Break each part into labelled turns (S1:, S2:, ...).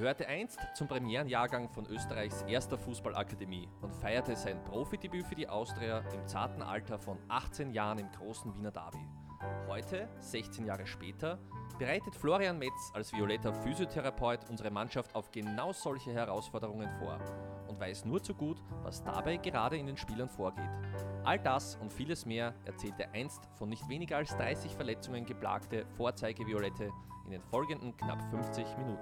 S1: gehörte einst zum Premierenjahrgang von Österreichs erster Fußballakademie und feierte sein Profidebüt für die Austria im zarten Alter von 18 Jahren im großen Wiener Derby. Heute, 16 Jahre später, bereitet Florian Metz als violetter Physiotherapeut unsere Mannschaft auf genau solche Herausforderungen vor und weiß nur zu gut, was dabei gerade in den Spielern vorgeht. All das und vieles mehr erzählt der einst von nicht weniger als 30 Verletzungen geplagte Vorzeigeviolette in den folgenden knapp 50 Minuten.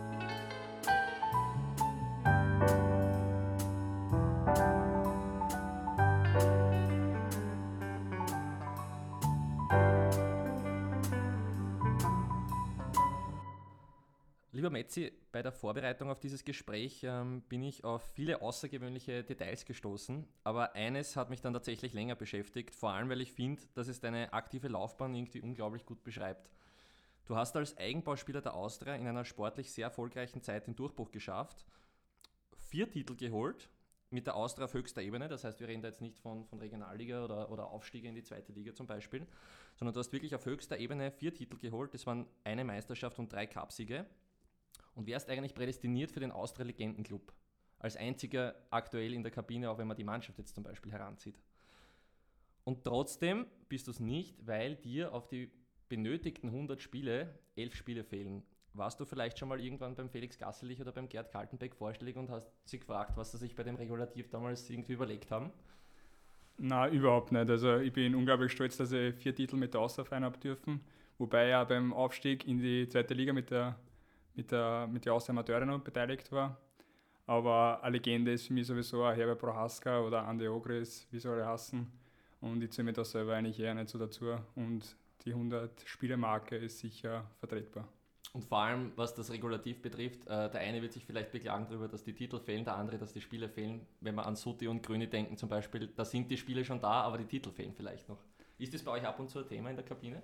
S1: Lieber Metzi, bei der Vorbereitung auf dieses Gespräch bin ich auf viele außergewöhnliche Details gestoßen, aber eines hat mich dann tatsächlich länger beschäftigt, vor allem weil ich finde, dass es deine aktive Laufbahn irgendwie unglaublich gut beschreibt. Du hast als Eigenbauspieler der Austria in einer sportlich sehr erfolgreichen Zeit den Durchbruch geschafft, 4 Titel geholt, mit der Austria auf höchster Ebene, das heißt, wir reden da jetzt nicht von Regionalliga oder Aufstiege in die zweite Liga zum Beispiel, sondern du hast wirklich auf höchster Ebene 4 Titel geholt, das waren eine Meisterschaft und 3 Cupsiege. Und wärst eigentlich prädestiniert für den Austria-Legendenclub. Als einziger aktuell in der Kabine, auch wenn man die Mannschaft jetzt zum Beispiel heranzieht. Und trotzdem bist du es nicht, weil dir auf die benötigten 100 Spiele 11 Spiele fehlen. Warst du vielleicht schon mal irgendwann beim Felix Gasselich oder beim Gerd Kaltenbeck vorstellig und hast sie gefragt, was sie sich bei dem Regulativ damals irgendwie überlegt haben?
S2: Nein, überhaupt nicht. Also ich bin unglaublich stolz, dass ich 4 Titel mit der Austria feiern habe dürfen. Wobei ja beim Aufstieg in die zweite Liga mit der Austria Amateure noch beteiligt war. Aber eine Legende ist für mich sowieso ein Herbert Prohaska oder Andi Ogris, wie sie alle heißen. Und ich zähle mich da selber eigentlich eher nicht so dazu. Und die 100-Spiele-Marke ist sicher vertretbar.
S1: Und vor allem, was das Regulativ betrifft, der eine wird sich vielleicht beklagen darüber, dass die Titel fehlen, der andere, dass die Spiele fehlen. Wenn wir an Sutti und Grüni denken zum Beispiel, da sind die Spiele schon da, aber die Titel fehlen vielleicht noch. Ist das bei euch ab und zu ein Thema in der Kabine?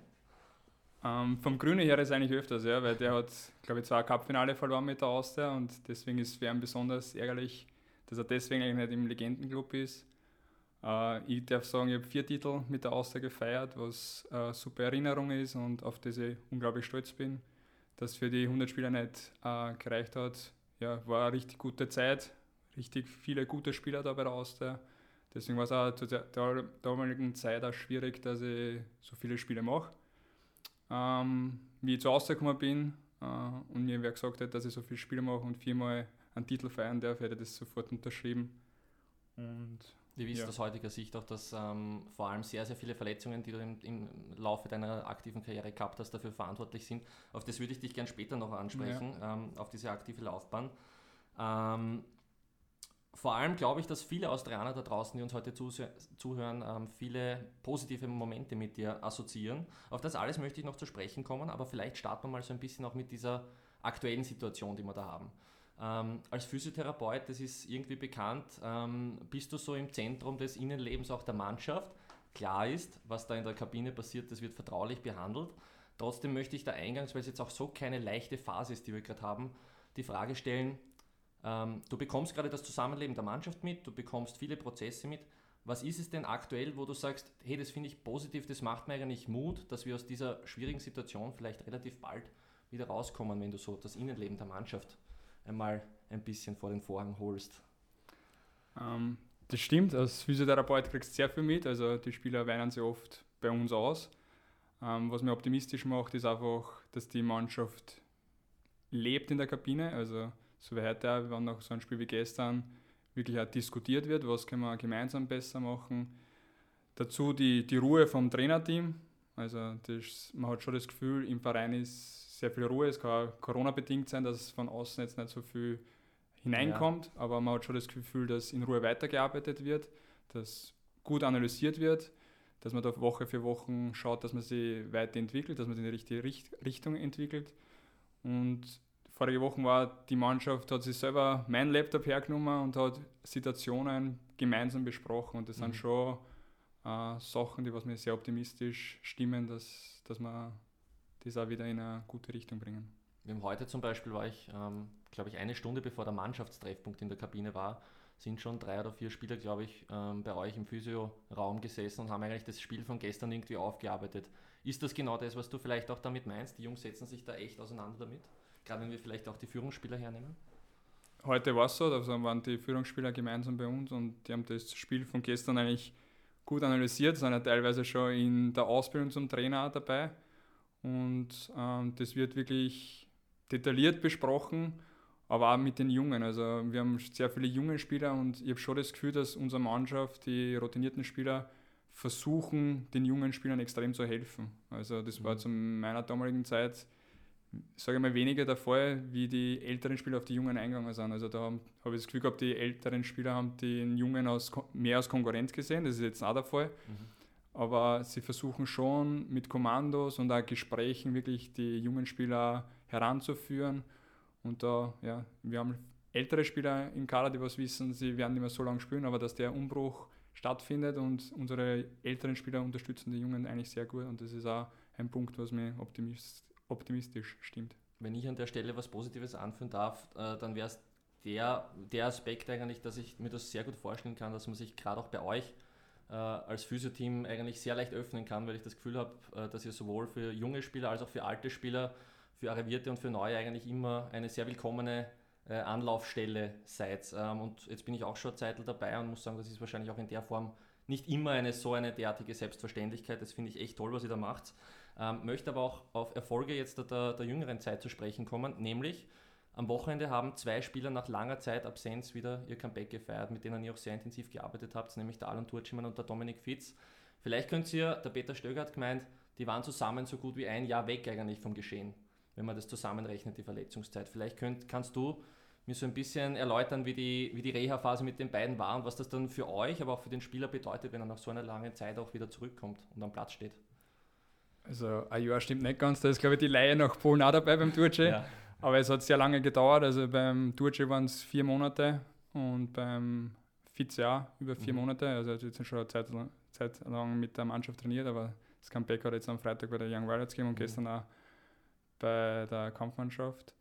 S2: Vom Grüne her ist eigentlich öfters, ja, weil der hat, glaube ich, 2 Cup-Finale verloren mit der Austria und deswegen ist es für ihn besonders ärgerlich, dass er deswegen eigentlich nicht im Legendenclub ist. Ich darf sagen, ich habe 4 Titel mit der Austria gefeiert, was eine super Erinnerung ist und auf das ich unglaublich stolz bin, dass für die 100 Spieler nicht gereicht hat. Ja, war eine richtig gute Zeit, richtig viele gute Spieler da bei der Austria. Deswegen war es auch zu der damaligen Zeit auch schwierig, dass ich so viele Spiele mache. Wie ich zur Austria gekommen bin und mir wer gesagt hat, dass ich so viele Spiele mache und 4-mal einen Titel feiern darf, hätte ich das sofort unterschrieben. Und
S1: wir wissen aus heutiger Sicht auch, dass vor allem sehr, sehr viele Verletzungen, die du im Laufe deiner aktiven Karriere gehabt hast, dafür verantwortlich sind. Auf das würde ich dich gerne später noch ansprechen, auf diese aktive Laufbahn. Vor allem glaube ich, dass viele Austrianer da draußen, die uns heute zuhören, viele positive Momente mit dir assoziieren. Auf das alles möchte ich noch zu sprechen kommen, aber vielleicht starten wir mal so ein bisschen auch mit dieser aktuellen Situation, die wir da haben. Als Physiotherapeut, das ist irgendwie bekannt, bist du so im Zentrum des Innenlebens auch der Mannschaft. Klar ist, was da in der Kabine passiert, das wird vertraulich behandelt. Trotzdem möchte ich da eingangs, weil es jetzt auch so keine leichte Phase ist, die wir gerade haben, die Frage stellen: Du bekommst gerade das Zusammenleben der Mannschaft mit, du bekommst viele Prozesse mit. Was ist es denn aktuell, wo du sagst, hey, das finde ich positiv, das macht mir eigentlich Mut, dass wir aus dieser schwierigen Situation vielleicht relativ bald wieder rauskommen, wenn du so das Innenleben der Mannschaft einmal ein bisschen vor den Vorhang holst?
S2: Das stimmt, als Physiotherapeut kriegst du sehr viel mit, also die Spieler weinen sich oft bei uns aus. Was mich optimistisch macht, ist einfach, dass die Mannschaft lebt in der Kabine, also so wie heute, wenn nach so einem Spiel wie gestern wirklich auch diskutiert wird, was können wir gemeinsam besser machen. Dazu die Ruhe vom Trainerteam, also man hat schon das Gefühl, im Verein ist sehr viel Ruhe, es kann auch Corona-bedingt sein, dass von außen jetzt nicht so viel hineinkommt, aber man hat schon das Gefühl, dass in Ruhe weitergearbeitet wird, dass gut analysiert wird, dass man da Woche für Woche schaut, dass man sich weiterentwickelt, dass man sich in die richtige Richtung entwickelt. Und vorige Woche war die Mannschaft, hat sich selber meinen Laptop hergenommen und hat Situationen gemeinsam besprochen. Und das sind schon Sachen, die was mir sehr optimistisch stimmen, dass wir das auch wieder in eine gute Richtung bringen.
S1: Wir haben heute zum Beispiel, war ich, glaube ich, 1 Stunde bevor der Mannschaftstreffpunkt in der Kabine war, sind schon 3 oder 4 Spieler, glaube ich, bei euch im Physio-Raum gesessen und haben eigentlich das Spiel von gestern irgendwie aufgearbeitet. Ist das genau das, was du vielleicht auch damit meinst? Die Jungs setzen sich da echt auseinander damit? gerade wenn wir vielleicht auch die Führungsspieler hernehmen?
S2: Heute war es so, da waren die Führungsspieler gemeinsam bei uns und die haben das Spiel von gestern eigentlich gut analysiert, sind ja teilweise schon in der Ausbildung zum Trainer auch dabei und das wird wirklich detailliert besprochen, aber auch mit den Jungen. Also wir haben sehr viele junge Spieler und ich habe schon das Gefühl, dass unsere Mannschaft, die routinierten Spieler, versuchen, den jungen Spielern extrem zu helfen. Also das war zu meiner damaligen Zeit, sage ich mal, weniger der Fall, wie die älteren Spieler auf die Jungen eingegangen sind. Also da habe ich das Gefühl gehabt, die älteren Spieler haben den Jungen mehr als Konkurrenz gesehen, das ist jetzt auch der Fall. Aber sie versuchen schon mit Kommandos und auch Gesprächen wirklich die jungen Spieler heranzuführen. Und da, ja, wir haben ältere Spieler im Kader, die was wissen, sie werden nicht mehr so lange spielen, aber dass der Umbruch stattfindet und unsere älteren Spieler unterstützen die Jungen eigentlich sehr gut und das ist auch ein Punkt, was mich optimistisch stimmt.
S1: Wenn ich an der Stelle was Positives anführen darf, dann wäre es der Aspekt eigentlich, dass ich mir das sehr gut vorstellen kann, dass man sich gerade auch bei euch als Physio-Team eigentlich sehr leicht öffnen kann, weil ich das Gefühl habe, dass ihr sowohl für junge Spieler als auch für alte Spieler, für Arrivierte und für Neue eigentlich immer eine sehr willkommene Anlaufstelle seid. Und jetzt bin ich auch schon eine Zeit dabei und muss sagen, das ist wahrscheinlich auch in der Form nicht immer eine derartige Selbstverständlichkeit. Das finde ich echt toll, was ihr da macht. Möchte aber auch auf Erfolge jetzt der jüngeren Zeit zu sprechen kommen, nämlich am Wochenende haben 2 Spieler nach langer Zeit Absenz wieder ihr Comeback gefeiert, mit denen ihr auch sehr intensiv gearbeitet habt, nämlich der Alon Turciman und der Dominik Fitz. Vielleicht könnt ihr, der Peter Stöger hat gemeint, die waren zusammen so gut wie ein Jahr weg eigentlich vom Geschehen, wenn man das zusammenrechnet, die Verletzungszeit. Vielleicht kannst du mir so ein bisschen erläutern, wie die Reha-Phase mit den beiden war und was das dann für euch, aber auch für den Spieler bedeutet, wenn er nach so einer langen Zeit auch wieder zurückkommt und am Platz steht.
S2: Also ein Jahr stimmt nicht ganz, da ist glaube ich die Leihe nach Polen auch dabei beim Turci. Ja. Aber es hat sehr lange gedauert, also beim Turci waren es 4 Monate und beim Fitz auch über 4 Monate. Also er hat jetzt schon eine Zeit lang mit der Mannschaft trainiert, aber das Comeback hat jetzt am Freitag bei der Young Violets gegeben und gestern auch bei der Kampfmannschaft.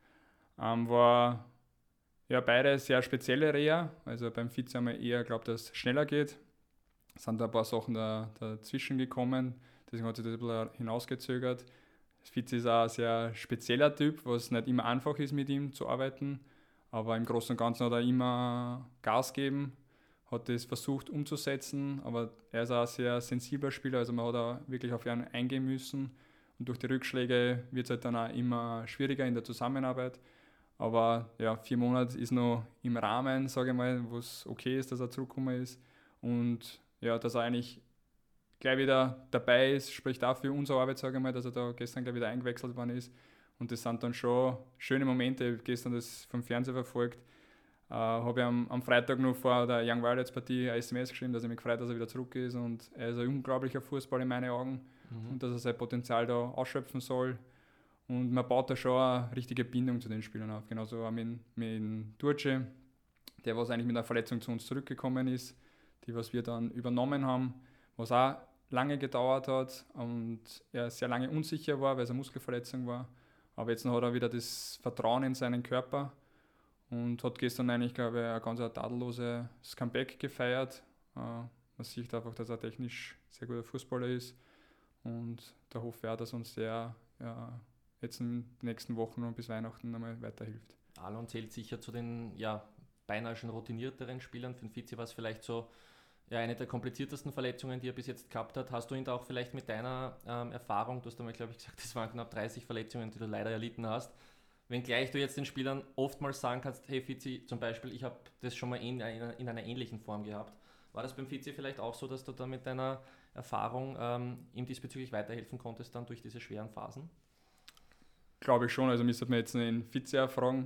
S2: War ja beide sehr spezielle Reha, also beim Fitz haben wir eher geglaubt, dass es schneller geht. Es sind da ein paar Sachen dazwischen gekommen, deswegen hat sich das ein bisschen hinausgezögert. Fitz ist auch ein sehr spezieller Typ, was nicht immer einfach ist, mit ihm zu arbeiten. Aber im Großen und Ganzen hat er immer Gas gegeben, hat das versucht umzusetzen. Aber er ist auch ein sehr sensibler Spieler, also man hat auch wirklich auf ihn eingehen müssen. Und durch die Rückschläge wird es halt dann auch immer schwieriger in der Zusammenarbeit. Aber ja, 4 Monate ist noch im Rahmen, sage ich mal, wo es okay ist, dass er zurückgekommen ist. Und ja, dass er eigentlich gleich wieder dabei ist, spricht auch für unsere Arbeit, sage ich mal, dass er da gestern gleich wieder eingewechselt worden ist. Und das sind dann schon schöne Momente. Ich habe gestern das vom Fernsehen verfolgt. Habe ich am Freitag noch vor der Young Violets Partie eine SMS geschrieben, dass ich mich gefreut habe, dass er wieder zurück ist. Und er ist ein unglaublicher Fußballer in meinen Augen. Und dass er sein Potenzial da ausschöpfen soll. Und man baut da schon eine richtige Bindung zu den Spielern auf. Genauso auch mit Turci, der was eigentlich mit einer Verletzung zu uns zurückgekommen ist, die was wir dann übernommen haben, was auch lange gedauert hat und er sehr lange unsicher war, weil es eine Muskelverletzung war. Aber jetzt hat er wieder das Vertrauen in seinen Körper und hat gestern eigentlich, glaube ich, ein ganz tadelloses Comeback gefeiert. Man sieht einfach, dass er technisch sehr guter Fußballer ist und da hoffe ich auch, dass uns der jetzt in den nächsten Wochen und bis Weihnachten nochmal weiterhilft.
S1: Alon zählt sicher zu den beinahe schon routinierteren Spielern. Für den Fitzi war es vielleicht so eine der kompliziertesten Verletzungen, die er bis jetzt gehabt hat. Hast du ihn da auch vielleicht mit deiner Erfahrung, du hast einmal, glaube ich, gesagt, das waren knapp 30 Verletzungen, die du leider erlitten hast, wenngleich du jetzt den Spielern oftmals sagen kannst, hey Fitzi, zum Beispiel, ich habe das schon mal in einer ähnlichen Form gehabt. War das beim Fitzi vielleicht auch so, dass du da mit deiner Erfahrung ihm diesbezüglich weiterhelfen konntest dann durch diese schweren Phasen?
S2: Glaube ich schon, also müsste man jetzt den Fitzi auch fragen.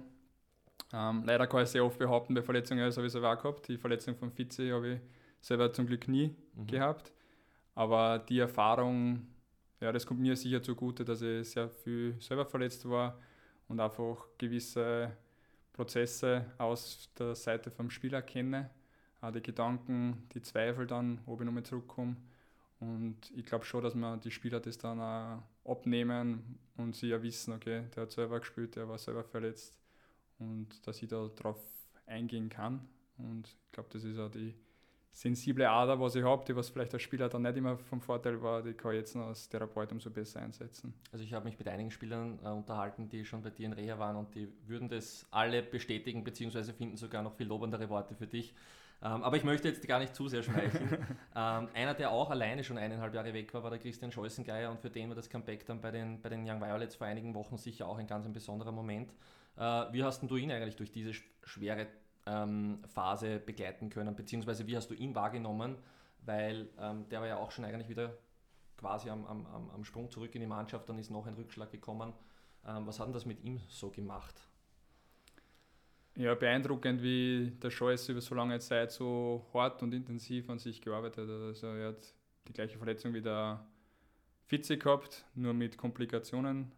S2: Leider kann ich sehr oft behaupten, bei Verletzungen habe ich es auch gehabt. Die Verletzung von Fitzi habe ich selber zum Glück nie gehabt. Aber die Erfahrung, ja, das kommt mir sicher zugute, dass ich sehr viel selber verletzt war und einfach gewisse Prozesse aus der Seite vom Spieler kenne. Auch die Gedanken, die Zweifel dann, ob ich nochmal zurückkomme. Und ich glaube schon, dass man die Spieler das dann auch abnehmen und sie ja wissen, okay, der hat selber gespielt, der war selber verletzt und dass ich da drauf eingehen kann. Und ich glaube, das ist auch die sensible Ader, was ich habe, die was vielleicht als Spieler dann nicht immer vom Vorteil war, die kann ich jetzt noch als Therapeut umso besser einsetzen.
S1: Also ich habe mich mit einigen Spielern unterhalten, die schon bei dir in Reha waren und die würden das alle bestätigen, beziehungsweise finden sogar noch viel lobendere Worte für dich. Aber ich möchte jetzt gar nicht zu sehr schmeicheln. Einer, der auch alleine schon 1,5 Jahre weg war, war der Christian Scholzengeier und für den war das Comeback dann bei den Young Violets vor einigen Wochen sicher auch ein ganz besonderer Moment. Wie hast denn du ihn eigentlich durch diese schwere Phase begleiten können, beziehungsweise wie hast du ihn wahrgenommen, weil der war ja auch schon eigentlich wieder quasi am Sprung zurück in die Mannschaft, dann ist noch ein Rückschlag gekommen. Was hat denn das mit ihm so gemacht?
S2: Ja, beeindruckend, wie der Scholz über so lange Zeit so hart und intensiv an sich gearbeitet hat. Also er hat die gleiche Verletzung wie der Vize gehabt, nur mit Komplikationen,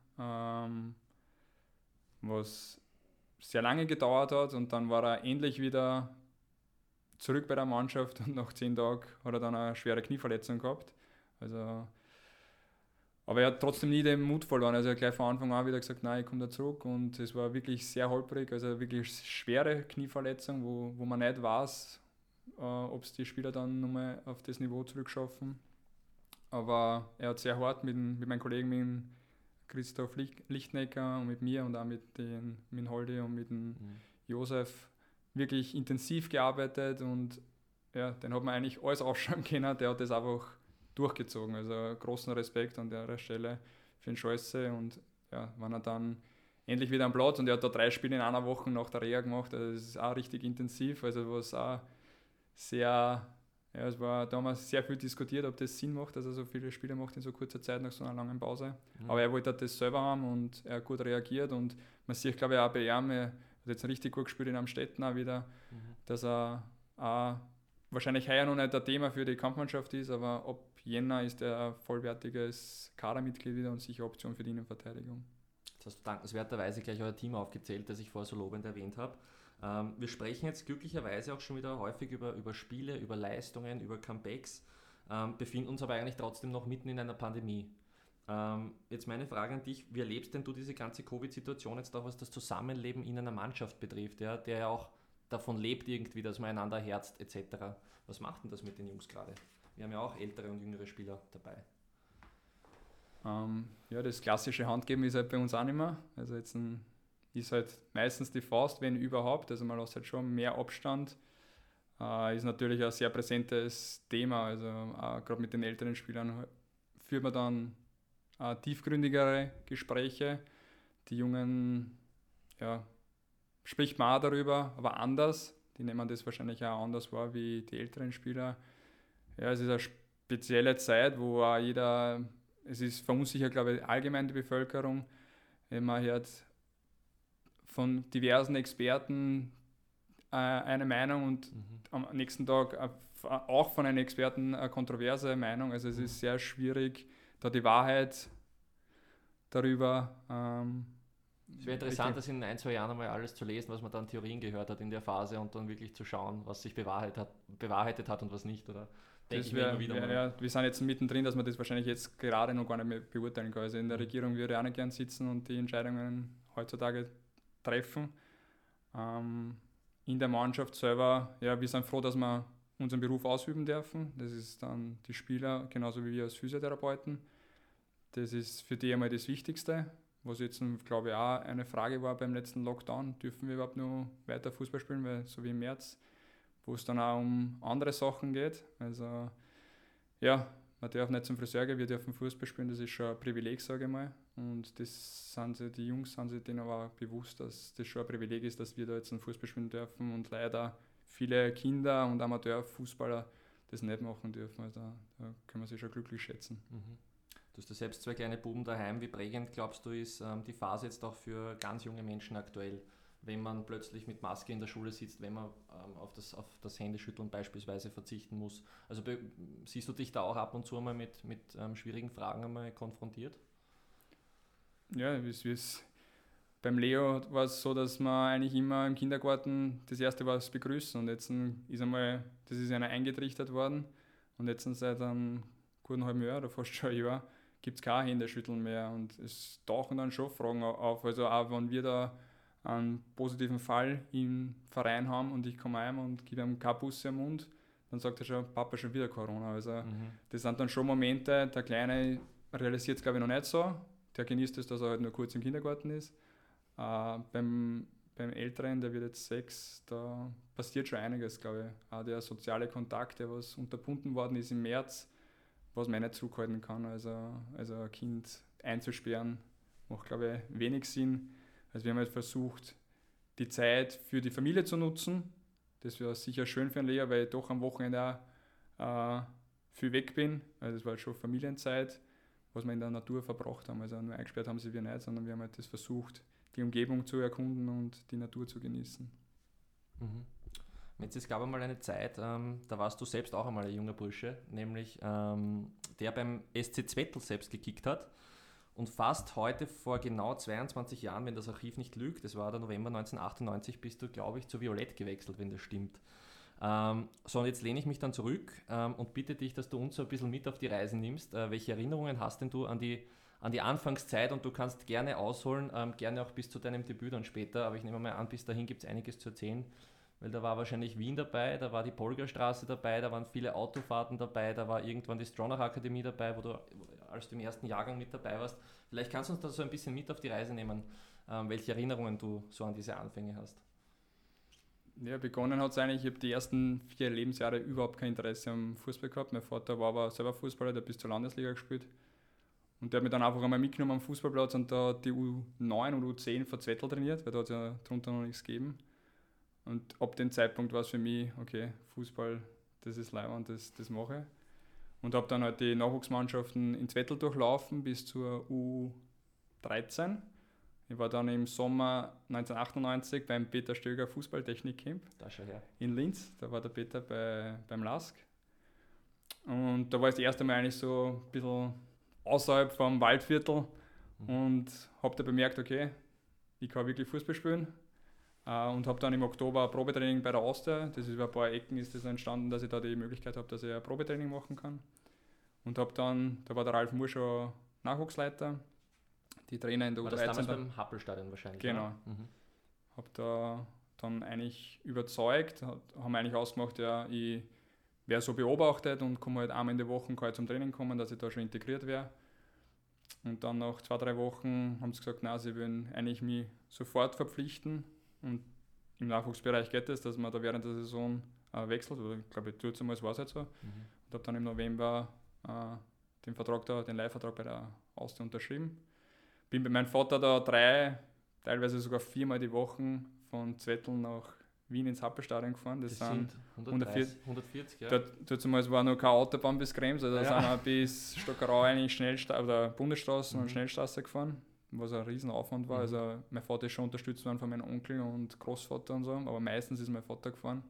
S2: was sehr lange gedauert hat, und dann war er endlich wieder zurück bei der Mannschaft und nach 10 Tagen hat er dann eine schwere Knieverletzung gehabt. Also, aber er hat trotzdem nie den Mut verloren. Also er hat gleich von Anfang an wieder gesagt, nein, ich komme da zurück, und es war wirklich sehr holprig, also wirklich schwere Knieverletzung, wo man nicht weiß, ob es die Spieler dann nochmal auf das Niveau zurückschaffen. Aber er hat sehr hart mit meinen Kollegen, mit dem Christoph Lichtnecker und mit mir und auch mit Holdi und mit dem Josef wirklich intensiv gearbeitet, und ja, den hat man eigentlich alles aufschreiben können, der hat das einfach durchgezogen. Also großen Respekt an der Stelle für den Scholze, und ja, wenn er dann endlich wieder am Platz, und er hat da 3 Spiele in einer Woche nach der Reha gemacht, also das ist auch richtig intensiv, also was auch sehr, ja, da haben wir sehr viel diskutiert, ob das Sinn macht, dass er so viele Spiele macht in so kurzer Zeit nach so einer langen Pause. Aber er wollte das selber haben und er hat gut reagiert, und man sieht, glaube ich, auch bei ihm, er hat jetzt richtig gut gespielt in Amstetten auch wieder, dass er auch wahrscheinlich heuer noch nicht ein Thema für die Kampfmannschaft ist, aber ab Jänner ist er ein vollwertiges Kadermitglied wieder und sicher Option für die Innenverteidigung.
S1: Jetzt hast du dankenswerterweise gleich euer Team aufgezählt, das ich vorher so lobend erwähnt habe. Wir sprechen jetzt glücklicherweise auch schon wieder häufig über Spiele, über Leistungen, über Comebacks, befinden uns aber eigentlich trotzdem noch mitten in einer Pandemie. Jetzt meine Frage an dich, wie erlebst denn du diese ganze Covid-Situation jetzt auch, was das Zusammenleben in einer Mannschaft betrifft, ja, der ja auch davon lebt irgendwie, dass man einander herzt etc. Was macht denn das mit den Jungs gerade? Wir haben ja auch ältere und jüngere Spieler dabei.
S2: Ja, das klassische Handgeben ist halt bei uns auch nicht mehr. Also jetzt ist halt meistens die Faust, wenn überhaupt. Also man lässt halt schon mehr Abstand. Ist natürlich ein sehr präsentes Thema. Also gerade mit den älteren Spielern führt man dann tiefgründigere Gespräche. Die Jungen, ja, spricht man auch darüber, aber anders. Die nehmen das wahrscheinlich auch anders wahr wie die älteren Spieler. Ja, es ist eine spezielle Zeit, wo auch es ist verunsichert, glaube ich, allgemein die Bevölkerung. Man hört von diversen Experten eine Meinung und am nächsten Tag auch von einem Experten eine kontroverse Meinung. Also es ist sehr schwierig, da die Wahrheit darüber
S1: es wäre interessant, das in 1-2 Jahren einmal alles zu lesen, was man dann Theorien gehört hat in der Phase, und dann wirklich zu schauen, was sich bewahrheitet hat und was nicht, oder?
S2: Wir sind jetzt mittendrin, dass man das wahrscheinlich jetzt gerade noch gar nicht mehr beurteilen kann. Also in der Regierung würde ich auch nicht gern sitzen und die Entscheidungen heutzutage treffen. In der Mannschaft selber, ja, wir sind froh, dass wir unseren Beruf ausüben dürfen. Das ist dann die Spieler, genauso wie wir als Physiotherapeuten. Das ist für die einmal das Wichtigste. Was jetzt, glaube ich, auch eine Frage war beim letzten Lockdown, dürfen wir überhaupt noch weiter Fußball spielen, weil so wie im März, wo es dann auch um andere Sachen geht. Also ja, man darf nicht zum Friseur gehen, wir dürfen Fußball spielen, das ist schon ein Privileg, sage ich mal. Und die Jungs sind sich denen aber auch bewusst, dass das schon ein Privileg ist, dass wir da jetzt einen Fußball spielen dürfen, und leider viele Kinder und Amateurfußballer das nicht machen dürfen. Also da können wir sich schon glücklich schätzen.
S1: Du hast ja selbst 2 kleine Buben daheim. Wie prägend, glaubst du, ist die Phase jetzt auch für ganz junge Menschen aktuell, wenn man plötzlich mit Maske in der Schule sitzt, wenn man auf das Händeschütteln beispielsweise verzichten muss? Also siehst du dich da auch ab und zu mal mit schwierigen Fragen einmal konfrontiert?
S2: Ja, beim Leo war es so, dass man eigentlich immer im Kindergarten das erste war das Begrüßen, und jetzt das ist einer eingetrichtert worden, und jetzt seit einem guten halben Jahr oder fast schon ein Jahr gibt es kein Händeschütteln mehr, und es tauchen dann schon Fragen auf. Also auch wenn wir da einen positiven Fall im Verein haben und ich komme heim und gebe ihm keine Busse am Mund, dann sagt er schon, Papa, schon wieder Corona. Also das sind dann schon Momente, der Kleine realisiert es, glaube ich, noch nicht so. Der genießt es, dass er halt nur kurz im Kindergarten ist. Beim Älteren, der wird jetzt 6, da passiert schon einiges, glaube ich. Auch der soziale Kontakt, der was unterbunden worden ist im März, was man nicht zurückhalten kann. Also ein Kind einzusperren, macht, glaube ich, wenig Sinn. Also wir haben halt versucht, die Zeit für die Familie zu nutzen. Das wäre sicher schön für einen Lehrer, weil ich doch am Wochenende auch viel weg bin. Also das war halt schon Familienzeit, was wir in der Natur verbracht haben. Also nur eingesperrt haben sie wir nicht, sondern wir haben halt das versucht, die Umgebung zu erkunden und die Natur zu genießen.
S1: Jetzt, es gab einmal eine Zeit, da warst du selbst auch einmal ein junger Bursche, nämlich der beim SC Zwettl selbst gekickt hat. Und fast heute, vor genau 22 Jahren, wenn das Archiv nicht lügt, das war der November 1998, bist du, glaube ich, zu Violett gewechselt, wenn das stimmt. So, und jetzt lehne ich mich dann zurück und bitte dich, dass du uns so ein bisschen mit auf die Reise nimmst. Welche Erinnerungen hast denn du an die Anfangszeit? Und du kannst gerne ausholen, gerne auch bis zu deinem Debüt dann später, aber ich nehme mal an, bis dahin gibt es einiges zu erzählen, weil da war wahrscheinlich Wien dabei, da war die Polgerstraße dabei, da waren viele Autofahrten dabei, da war irgendwann die Stronach Akademie dabei, wo du als du im ersten Jahrgang mit dabei warst. Vielleicht kannst du uns da so ein bisschen mit auf die Reise nehmen, welche Erinnerungen du so an diese Anfänge hast.
S2: Ja, begonnen hat es eigentlich, ich habe die ersten 4 Lebensjahre überhaupt kein Interesse am Fußball gehabt. Mein Vater war aber selber Fußballer, der hat bis zur Landesliga gespielt. Und der hat mich dann einfach einmal mitgenommen am Fußballplatz und da hat die U9 und U10 von Zwettl trainiert, weil da hat es ja drunter noch nichts gegeben. Und ab dem Zeitpunkt war es für mich, okay, Fußball, das ist leibend, das mache ich. Und habe dann halt die Nachwuchsmannschaften in Zwettl durchlaufen bis zur U13. Ich war dann im Sommer 1998 beim Peter Stöger Fußballtechnik-Camp in Linz. Da war der Peter beim LASK. Und da war ich das erste Mal eigentlich so ein bisschen außerhalb vom Waldviertel und habe da bemerkt, okay, ich kann wirklich Fußball spielen. Und habe dann im Oktober ein Probetraining bei der Austria, das ist über ein paar Ecken ist das entstanden, dass ich da die Möglichkeit habe, dass ich ein Probetraining machen kann. Und habe dann, da war der Ralf Moore schon Nachwuchsleiter, die Trainer in der U13.
S1: War das damals beim Happelstadion wahrscheinlich?
S2: Genau. Habe da dann eigentlich überzeugt, haben eigentlich ausgemacht, ja, ich wäre so beobachtet und komme halt einmal in der Woche kann ich zum Training kommen, dass ich da schon integriert wäre. Und dann nach 2-3 Wochen haben sie gesagt, nein, sie würden eigentlich mich sofort verpflichten. Und im Nachwuchsbereich geht es, dass man da während der Saison wechselt. Oder ich glaube, damals war es halt so. Und habe dann im November den Leihvertrag bei der Austria unterschrieben. Bin bei meinem Vater da 3, teilweise sogar 4-mal die Woche von Zwettl nach Wien ins Happelstadion gefahren. Das sind 140, ja. Damals war noch keine Autobahn bis Krems, also da sind wir bis Stockerau eigentlich oder Bundesstraßen und Schnellstraße gefahren, was ein Riesenaufwand war. Also mein Vater ist schon unterstützt worden von meinem Onkel und Großvater und so, aber meistens ist mein Vater gefahren.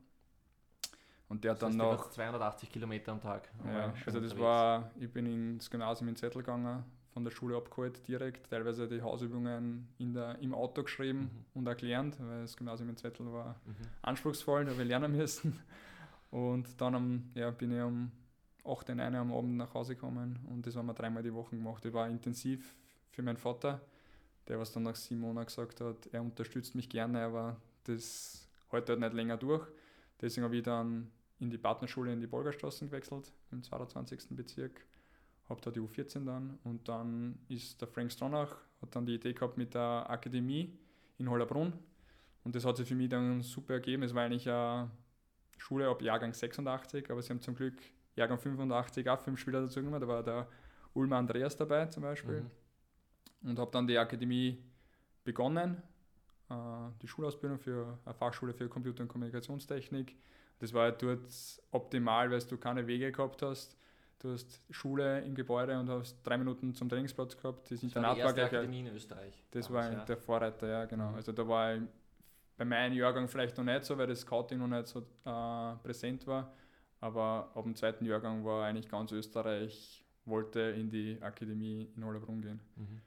S2: Und der hat dann noch
S1: 280 Kilometer am Tag.
S2: Ja, also das war, ich bin ins Gymnasium in Zwettl gegangen, von der Schule abgeholt direkt, teilweise die Hausübungen im Auto geschrieben und erklärt, weil das Gymnasium in Zwettl war anspruchsvoll, da habe ich lernen müssen. Und dann bin ich um 8 Uhr am Abend nach Hause gekommen und das haben wir 3-mal die Woche gemacht. Das war intensiv für meinen Vater, der was dann nach 7 Monaten gesagt hat, er unterstützt mich gerne, aber das hält halt nicht länger durch. Deswegen habe ich dann in die Partnerschule in die Bolgerstraßen gewechselt, im 22. Bezirk. Habe da die U14 dann und dann ist der Frank Stronach, hat dann die Idee gehabt mit der Akademie in Hollabrunn und das hat sich für mich dann super ergeben. Es war eigentlich eine Schule ab Jahrgang 86, aber sie haben zum Glück Jahrgang 85 auch 5 Spieler dazu gemacht. Da war der Ulmer Andreas dabei zum Beispiel und habe dann die Akademie begonnen, die Schulausbildung für eine Fachschule für Computer- und Kommunikationstechnik. Das war halt dort optimal, weil du keine Wege gehabt hast. Du hast Schule im Gebäude und hast 3 Minuten zum Trainingsplatz gehabt. Das
S1: Internat war die erste Akademie in Österreich.
S2: Das war der Vorreiter, ja genau. Also da war ich bei meinem Jahrgang vielleicht noch nicht so, weil das Scouting noch nicht so präsent war. Aber ab dem 2. Jahrgang war eigentlich ganz Österreich, wollte in die Akademie in Hollabrunn gehen.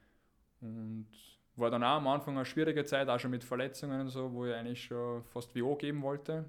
S2: Und war dann auch am Anfang eine schwierige Zeit, auch schon mit Verletzungen und so, wo ich eigentlich schon fast WO geben wollte.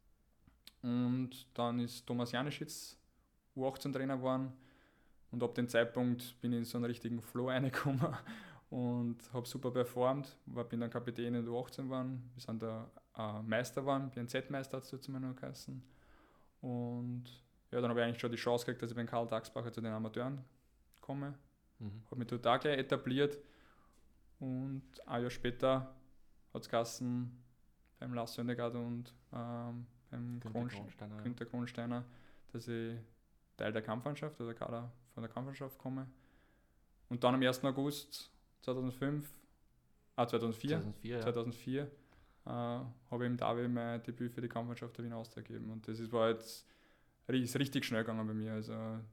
S2: Und dann ist Thomas Janischitz U18-Trainer geworden und ab dem Zeitpunkt bin ich in so einen richtigen Flow reingekommen und habe super performt, bin dann Kapitän in der U18 geworden, wir sind da Meister geworden, BNZ-Meister hat es dazu noch geheißen Und ja, dann habe ich eigentlich schon die Chance gekriegt, dass ich beim Karl Dachsbacher zu den Amateuren komme. Habe mich dort auch gleich etabliert. Und ein Jahr später hat es geheißen, beim Lars Söndergaard und beim Günther Kronsteiner, dass ich Teil der Kampfmannschaft, also Kader von der Kampfmannschaft komme. Und dann am 1. August 2004 habe ich im Derby mein Debüt für die Kampfmannschaft der Wiener Austria gegeben. Und das war jetzt ist richtig schnell gegangen bei mir. Also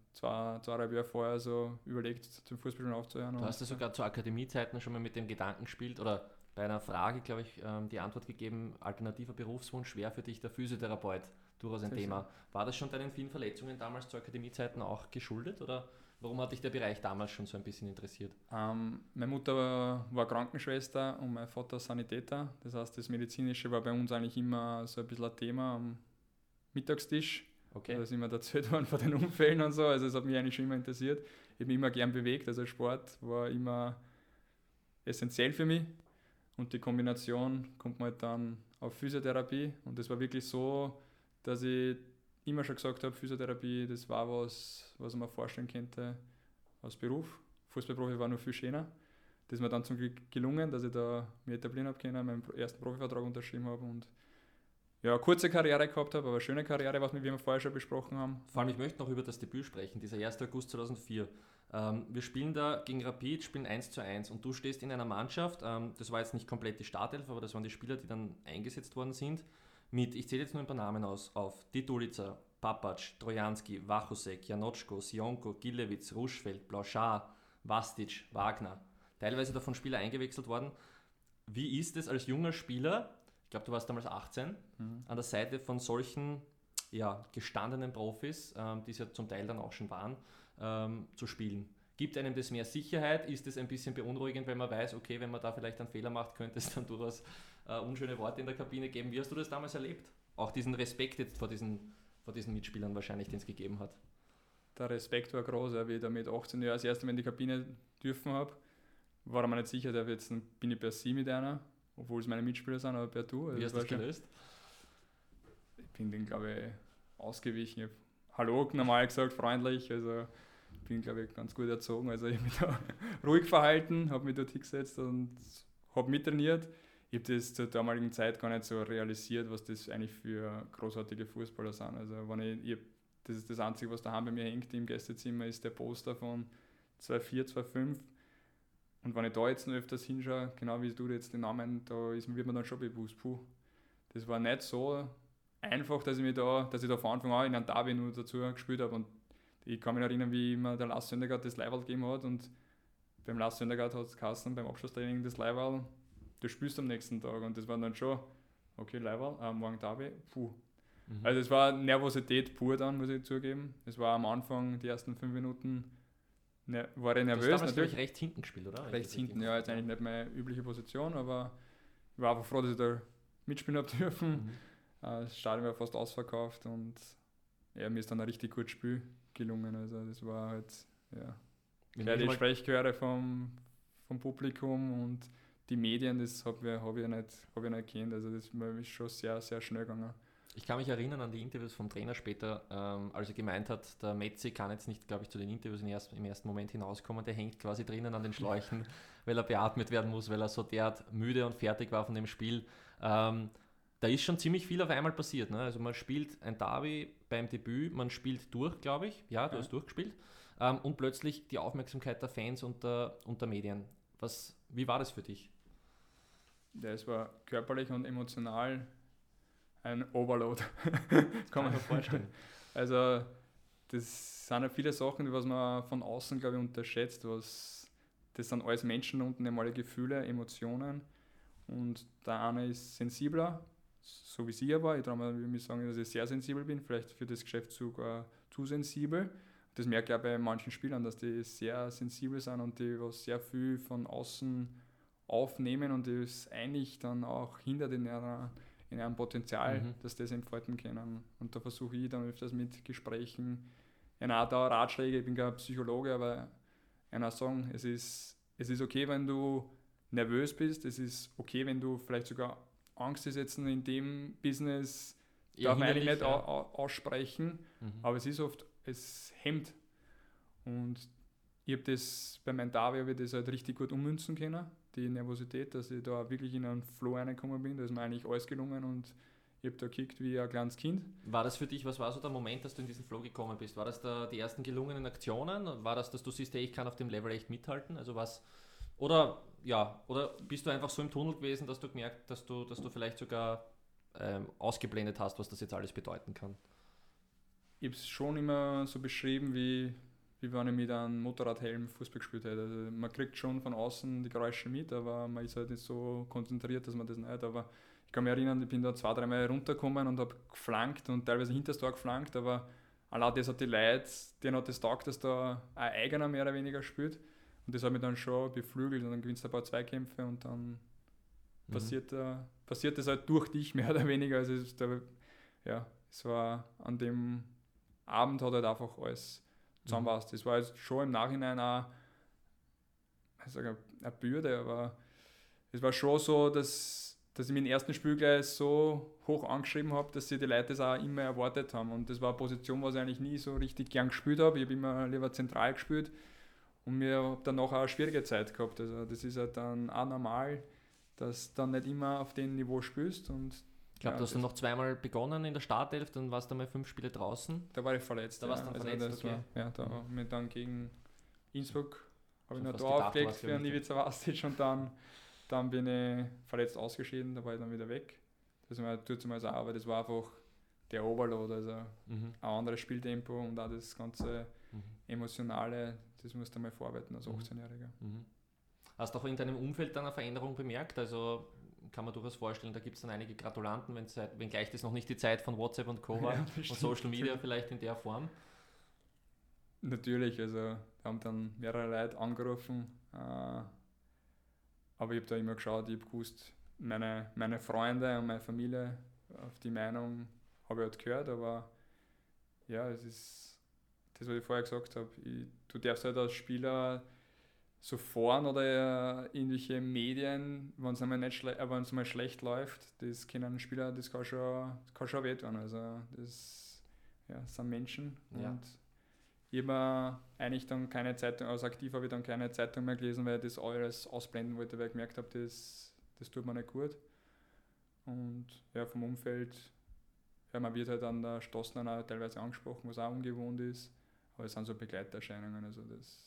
S2: 2,5 Jahre vorher so überlegt, zum Fußballspielen aufzuhören.
S1: Du hast ja sogar zu Akademiezeiten schon mal mit dem Gedanken gespielt oder bei einer Frage, glaube ich, die Antwort gegeben, alternativer Berufswunsch, schwer für dich der Physiotherapeut, durchaus ein Thema. War das schon deinen vielen Verletzungen damals zu Akademiezeiten auch geschuldet oder warum hat dich der Bereich damals schon so ein bisschen interessiert?
S2: Meine Mutter war Krankenschwester und mein Vater Sanitäter. Das heißt, das Medizinische war bei uns eigentlich immer so ein bisschen ein Thema am Mittagstisch.
S1: Okay.
S2: Da sind wir erzählt worden von den Unfällen und so. Also es hat mich eigentlich schon immer interessiert. Ich habe mich immer gern bewegt. Also Sport war immer essentiell für mich. Und die Kombination kommt man halt dann auf Physiotherapie. Und das war wirklich so, dass ich immer schon gesagt habe, Physiotherapie, das war was ich mir vorstellen könnte als Beruf. Fußballprofi war noch viel schöner. Das ist mir dann zum Glück gelungen, dass ich da mich etablieren habe können, meinen ersten Profivertrag unterschrieben habe und ja, kurze Karriere gehabt habe, aber eine schöne Karriere, wie wir vorher schon besprochen haben.
S1: Vor allem, ich möchte noch über das Debüt sprechen, dieser 1. August 2004. Wir spielen da gegen Rapid, spielen 1:1 und du stehst in einer Mannschaft, das war jetzt nicht komplett die Startelf, aber das waren die Spieler, die dann eingesetzt worden sind, mit, ich zähle jetzt nur ein paar Namen auf, Titulica, Papac, Trojanski, Wachusek, Janotschko, Sionko, Gilewitz, Ruschfeld, Blauschar, Vastic, Wagner. Teilweise davon Spieler eingewechselt worden. Wie ist es als junger Spieler, ich glaube, du warst damals 18, an der Seite von solchen gestandenen Profis, die es ja zum Teil dann auch schon waren, zu spielen? Gibt einem das mehr Sicherheit? Ist es ein bisschen beunruhigend, wenn man weiß, okay, wenn man da vielleicht einen Fehler macht, könnte es dann durchaus unschöne Worte in der Kabine geben? Wie hast du das damals erlebt? Auch diesen Respekt jetzt vor diesen Mitspielern wahrscheinlich, den es gegeben hat.
S2: Der Respekt war groß, wie ich da mit 18 Jahren das erste Mal in die Kabine dürfen habe. War mir nicht sicher, jetzt bin ich per Sie mit einer, obwohl es meine Mitspieler sind, aber per Du. Also
S1: wie hast du das gelöst?
S2: Ich bin den, glaube ich, ausgewichen. Ich habe Hallo normal gesagt, freundlich. Also ich bin, glaube ich, ganz gut erzogen. Also ich habe mich da ruhig verhalten, habe mich dort hingesetzt und habe mittrainiert. Ich habe das zur damaligen Zeit gar nicht so realisiert, was das eigentlich für großartige Fußballer sind. Also das ist das Einzige, was daheim bei mir hängt im Gästezimmer, ist der Poster von 2,4, 2,5. Und wenn ich da jetzt noch öfters hinschaue, genau wie du jetzt den Namen, wird mir dann schon bewusst, das war nicht so einfach, dass ich da von Anfang an in einem Derby nur dazu gespielt habe. Und ich kann mich erinnern, wie immer der Lars Söndergaard das Leihwall gegeben hat. Und beim Lars Söndergaard hat es geheißen, beim Abschlusstraining das Leihwall, du spielst am nächsten Tag. Und das war dann schon, okay, Leihwall, morgen Derby, Also es war Nervosität pur dann, muss ich zugeben. Es war am Anfang, die ersten 5 Minuten, war ich nervös.
S1: Du hast damals natürlich rechts hinten gespielt, oder?
S2: Rechts hinten, ja, jetzt eigentlich nicht meine übliche Position, aber ich war einfach froh, dass ich da mitspielen habe dürfen. Das Stadion war fast ausverkauft und mir ist dann ein richtig gutes Spiel gelungen. Also das war halt, die Sprechchöre vom Publikum und die Medien, das habe ich nicht kennt. Also das ist schon sehr, sehr schnell gegangen.
S1: Ich kann mich erinnern an die Interviews vom Trainer später, als er gemeint hat, der Metzi kann jetzt nicht, glaube ich, zu den Interviews im ersten Moment hinauskommen, der hängt quasi drinnen an den Schläuchen, weil er beatmet werden muss, weil er so derart müde und fertig war von dem Spiel. Da ist schon ziemlich viel auf einmal passiert. Ne? Also man spielt ein Derby beim Debüt, man spielt durch, glaube ich. Ja, du hast durchgespielt. Und plötzlich die Aufmerksamkeit der Fans und der Medien. Wie war das für dich?
S2: Ja, es war körperlich und emotional ein Overload.
S1: Kann man sich vorstellen.
S2: Also das sind ja viele Sachen, was man von außen, glaube ich, unterschätzt. Das sind alles Menschen unten, einmal Gefühle, Emotionen. Und der eine ist sensibler, so wie sie aber. Ich traue mir sagen, dass ich sehr sensibel bin, vielleicht für das Geschäft sogar zu sensibel. Das merke ich auch bei manchen Spielern, dass die sehr sensibel sind und die was sehr viel von außen aufnehmen und das eigentlich dann auch hindert in einem Potenzial, dass das entfalten können. Und da versuche ich dann öfters mit Gesprächen, auch da Ratschläge, ich bin kein Psychologe, aber einer sagen, es ist okay, wenn du nervös bist, es ist okay, wenn du vielleicht sogar Angst ist, jetzt in dem Business darf man eigentlich nicht
S1: ja.
S2: aussprechen, aber es ist oft, es hemmt. Und ich habe das bei meinem Derby habe ich das halt richtig gut ummünzen können, die Nervosität, dass ich da wirklich in einen Flow reingekommen bin. Da ist mir eigentlich alles gelungen und ich habe da gekickt wie ein kleines Kind.
S1: War das für dich, was war so der Moment, dass du in diesen Flow gekommen bist? War das da die ersten gelungenen Aktionen? War das, dass du siehst, hey, ich kann auf dem Level echt mithalten? Also was, oder bist du einfach so im Tunnel gewesen, dass du gemerkt, dass du vielleicht sogar ausgeblendet hast, was das jetzt alles bedeuten kann?
S2: Ich habe es schon immer so beschrieben, wie wenn ich mit einem Motorradhelm Fußball gespielt hätte. Also man kriegt schon von außen die Geräusche mit, aber man ist halt nicht so konzentriert, dass man das nicht. Aber ich kann mich erinnern, ich bin da 2-3 Mal runtergekommen und habe geflankt und teilweise hinter das Tor geflankt, aber allein das hat die Leute, denen hat das taugt, dass da ein eigener mehr oder weniger spielt. Und das hat mich dann schon beflügelt und dann gewinnst du ein paar Zweikämpfe und dann passiert das halt durch dich mehr oder weniger. Also es war an dem Abend hat halt einfach alles zusammenpasst. Das war jetzt schon im Nachhinein auch, ich sage, eine Bürde, aber es war schon so, dass ich mir im ersten Spiel gleich so hoch angeschrieben habe, dass sie die Leute das auch immer erwartet haben. Und das war eine Position, was ich eigentlich nie so richtig gern gespielt habe. Ich habe immer lieber zentral gespielt und mir habe dann noch eine schwierige Zeit gehabt. Also das ist halt dann auch normal, dass du dann nicht immer auf dem Niveau spielst. Und
S1: ich glaube, du hast dann noch zweimal begonnen in der Startelf, dann warst du mal 5 Spiele draußen.
S2: Da war ich verletzt.
S1: Da warst du dann verletzt, okay.
S2: Da haben wir dann gegen Innsbruck habe ich noch
S1: fast
S2: da
S1: gedacht,
S2: aufgelegt
S1: du
S2: für
S1: warst
S2: einen Ivica Vastic und dann bin ich verletzt ausgeschieden, da war ich dann wieder weg. Das tut es mal so, aber das war einfach der Overload, also ein anderes Spieltempo und auch das ganze Emotionale, das musst du mal verarbeiten als 18-Jähriger.
S1: Hast du auch in deinem Umfeld dann eine Veränderung bemerkt? Also kann man durchaus vorstellen, da gibt es dann einige Gratulanten, wenngleich das noch nicht die Zeit von WhatsApp und Co. war und Social Media vielleicht in der Form.
S2: Natürlich, also da haben dann mehrere Leute angerufen, aber ich habe da immer geschaut, ich habe gewusst, meine Freunde und meine Familie, auf die Meinung habe ich halt gehört, aber ja, es ist das, was ich vorher gesagt habe, du darfst halt als Spieler so fahren oder irgendwelche Medien, wenn es mal schlecht läuft, das können Spieler, das kann schon wehtun, also das sind Menschen und ich habe eigentlich dann keine Zeitung, als aktiv habe ich dann keine Zeitung mehr gelesen, weil ich das alles ausblenden wollte, weil ich gemerkt habe, das tut mir nicht gut. Und ja, vom Umfeld, man wird halt an der Straße dann auch teilweise angesprochen, was auch ungewohnt ist, aber es sind so Begleiterscheinungen, also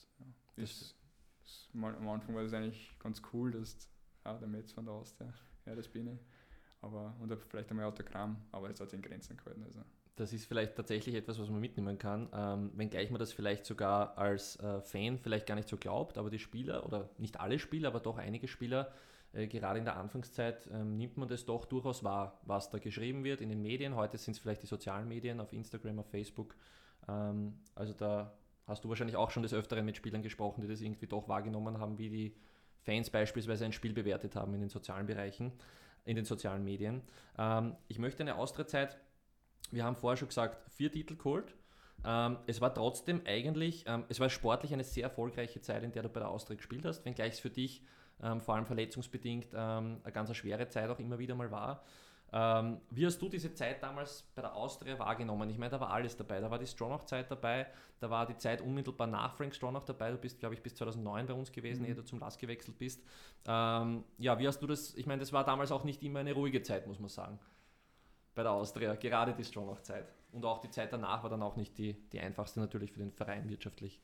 S2: am Anfang war das eigentlich ganz cool, dass der Metz von der Austria, das bin ich, und vielleicht einmal Autogramm, aber es hat sich in Grenzen gehalten. Also.
S1: Das ist vielleicht tatsächlich etwas, was man mitnehmen kann, wenngleich man das vielleicht sogar als Fan vielleicht gar nicht so glaubt, aber die Spieler, oder nicht alle Spieler, aber doch einige Spieler, gerade in der Anfangszeit nimmt man das doch durchaus wahr, was da geschrieben wird in den Medien. Heute sind es vielleicht die sozialen Medien, auf Instagram, auf Facebook. Also da hast du wahrscheinlich auch schon des Öfteren mit Spielern gesprochen, die das irgendwie doch wahrgenommen haben, wie die Fans beispielsweise ein Spiel bewertet haben in den sozialen Bereichen, in den sozialen Medien. Ich möchte eine Austrittszeit. Wir haben vorher schon gesagt, 4 Titel geholt. Es war trotzdem eigentlich, es war sportlich eine sehr erfolgreiche Zeit, in der du bei der Austria gespielt hast, wenngleich es für dich vor allem verletzungsbedingt eine ganz schwere Zeit auch immer wieder mal war. Wie hast du diese Zeit damals bei der Austria wahrgenommen? Ich meine, da war alles dabei. Da war die Stronach-Zeit dabei, da war die Zeit unmittelbar nach Frank Stronach dabei. Du bist, glaube ich, bis 2009 bei uns gewesen, ehe du zum LASK gewechselt bist. Wie hast du das? Ich meine, das war damals auch nicht immer eine ruhige Zeit, muss man sagen, bei der Austria, gerade die Stronach-Zeit. Und auch die Zeit danach war dann auch nicht die einfachste natürlich für den Verein wirtschaftlich.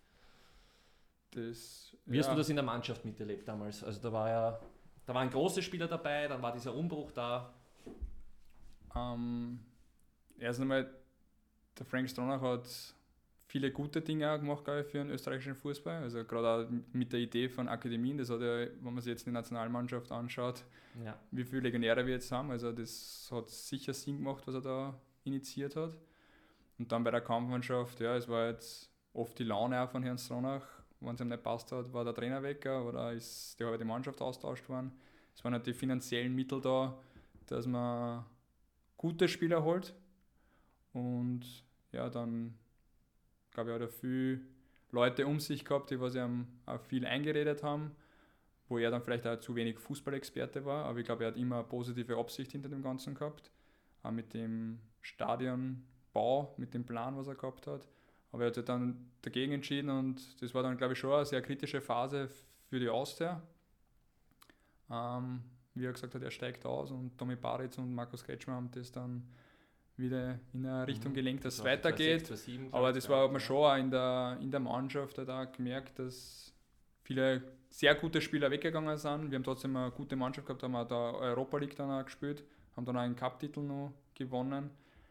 S1: Wie hast du das in der Mannschaft miterlebt damals? Also da waren große Spieler dabei, dann war dieser Umbruch da.
S2: Erst einmal, der Frank Stronach hat viele gute Dinge auch gemacht, glaube ich, für den österreichischen Fußball. Also gerade auch mit der Idee von Akademien, das hat ja, wenn man sich jetzt die Nationalmannschaft anschaut, wie viele Legionäre wir jetzt haben. Also das hat sicher Sinn gemacht, was er da initiiert hat. Und dann bei der Kampfmannschaft, es war jetzt oft die Laune auch von Herrn Stronach. Wenn es ihm nicht passt hat, war der Trainer weg oder ist die Mannschaft austauscht worden. Es waren halt die finanziellen Mittel da, dass man gute Spieler holt. Und dann, glaube ich, hat er viele Leute um sich gehabt, die was ihm auch viel eingeredet haben, wo er dann vielleicht auch zu wenig Fußballexperte war, aber ich glaube, er hat immer eine positive Absicht hinter dem Ganzen gehabt. auch mit dem Stadionbau, mit dem Plan, was er gehabt hat. Aber er hat sich dann dagegen entschieden und das war dann, glaube ich, schon eine sehr kritische Phase für die Austria. Wie er gesagt hat, er steigt aus und Tomi Baritz und Markus Kretschmer haben das dann wieder in eine Richtung gelenkt, dass es weitergeht.
S1: 2007,
S2: aber das hat man schon auch in der Mannschaft halt auch gemerkt, dass viele sehr gute Spieler weggegangen sind. Wir haben trotzdem eine gute Mannschaft gehabt, haben auch da Europa League dann auch gespielt, haben dann auch einen Cup-Titel noch gewonnen.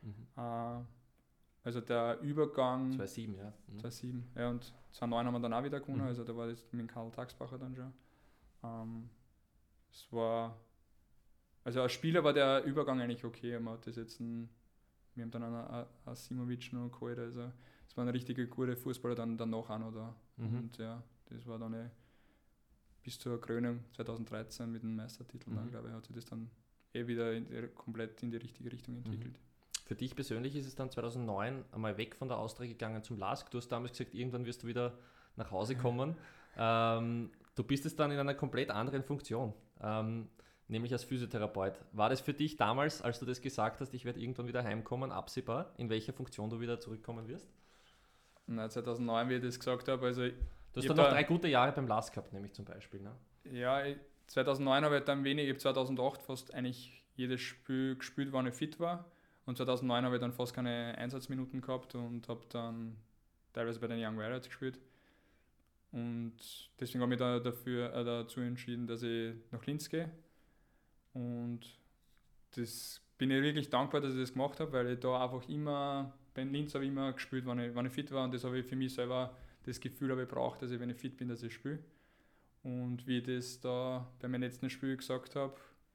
S2: Also der Übergang...
S1: 2007, ja.
S2: 2007, ja, und 2009 haben wir dann auch wieder gewonnen, also da war das mit Karl Tagsbacher dann schon. Es war... Also als Spieler war der Übergang eigentlich okay, wir haben dann einen Asimovic noch geholt, also es war ein richtiger guter Fußballer dann danach auch noch da. Und ja, das war dann bis zur Krönung 2013 mit dem Meistertitel, dann glaube ich, hat sich das dann wieder komplett in die richtige Richtung entwickelt.
S1: Für dich persönlich ist es dann 2009 einmal weg von der Austria gegangen zum LASK. Du hast damals gesagt, irgendwann wirst du wieder nach Hause kommen. Du bist es dann in einer komplett anderen Funktion, nämlich als Physiotherapeut. War das für dich damals, als du das gesagt hast, ich werde irgendwann wieder heimkommen, absehbar, in welcher Funktion du wieder zurückkommen wirst?
S2: Nein, 2009, wie ich das gesagt habe, also...
S1: Du hast dann noch 3 gute Jahre beim LASK gehabt, nämlich zum Beispiel, ne?
S2: Ja, 2009 habe ich dann wenig, ich habe 2008 fast eigentlich jedes Spiel gespielt, wann ich fit war. Und 2009 habe ich dann fast keine Einsatzminuten gehabt und habe dann teilweise bei den Young Warriors gespielt. Und deswegen habe ich da dazu entschieden, dass ich nach Linz gehe. Und das bin ich wirklich dankbar, dass ich das gemacht habe, weil ich da einfach immer, bei Linz habe ich immer gespielt, wenn ich fit war. Und das habe ich für mich selber das Gefühl habe ich brauche, dass ich, wenn ich fit bin, dass ich spiele. Und wie ich das da bei meinem letzten Spiel gesagt habe,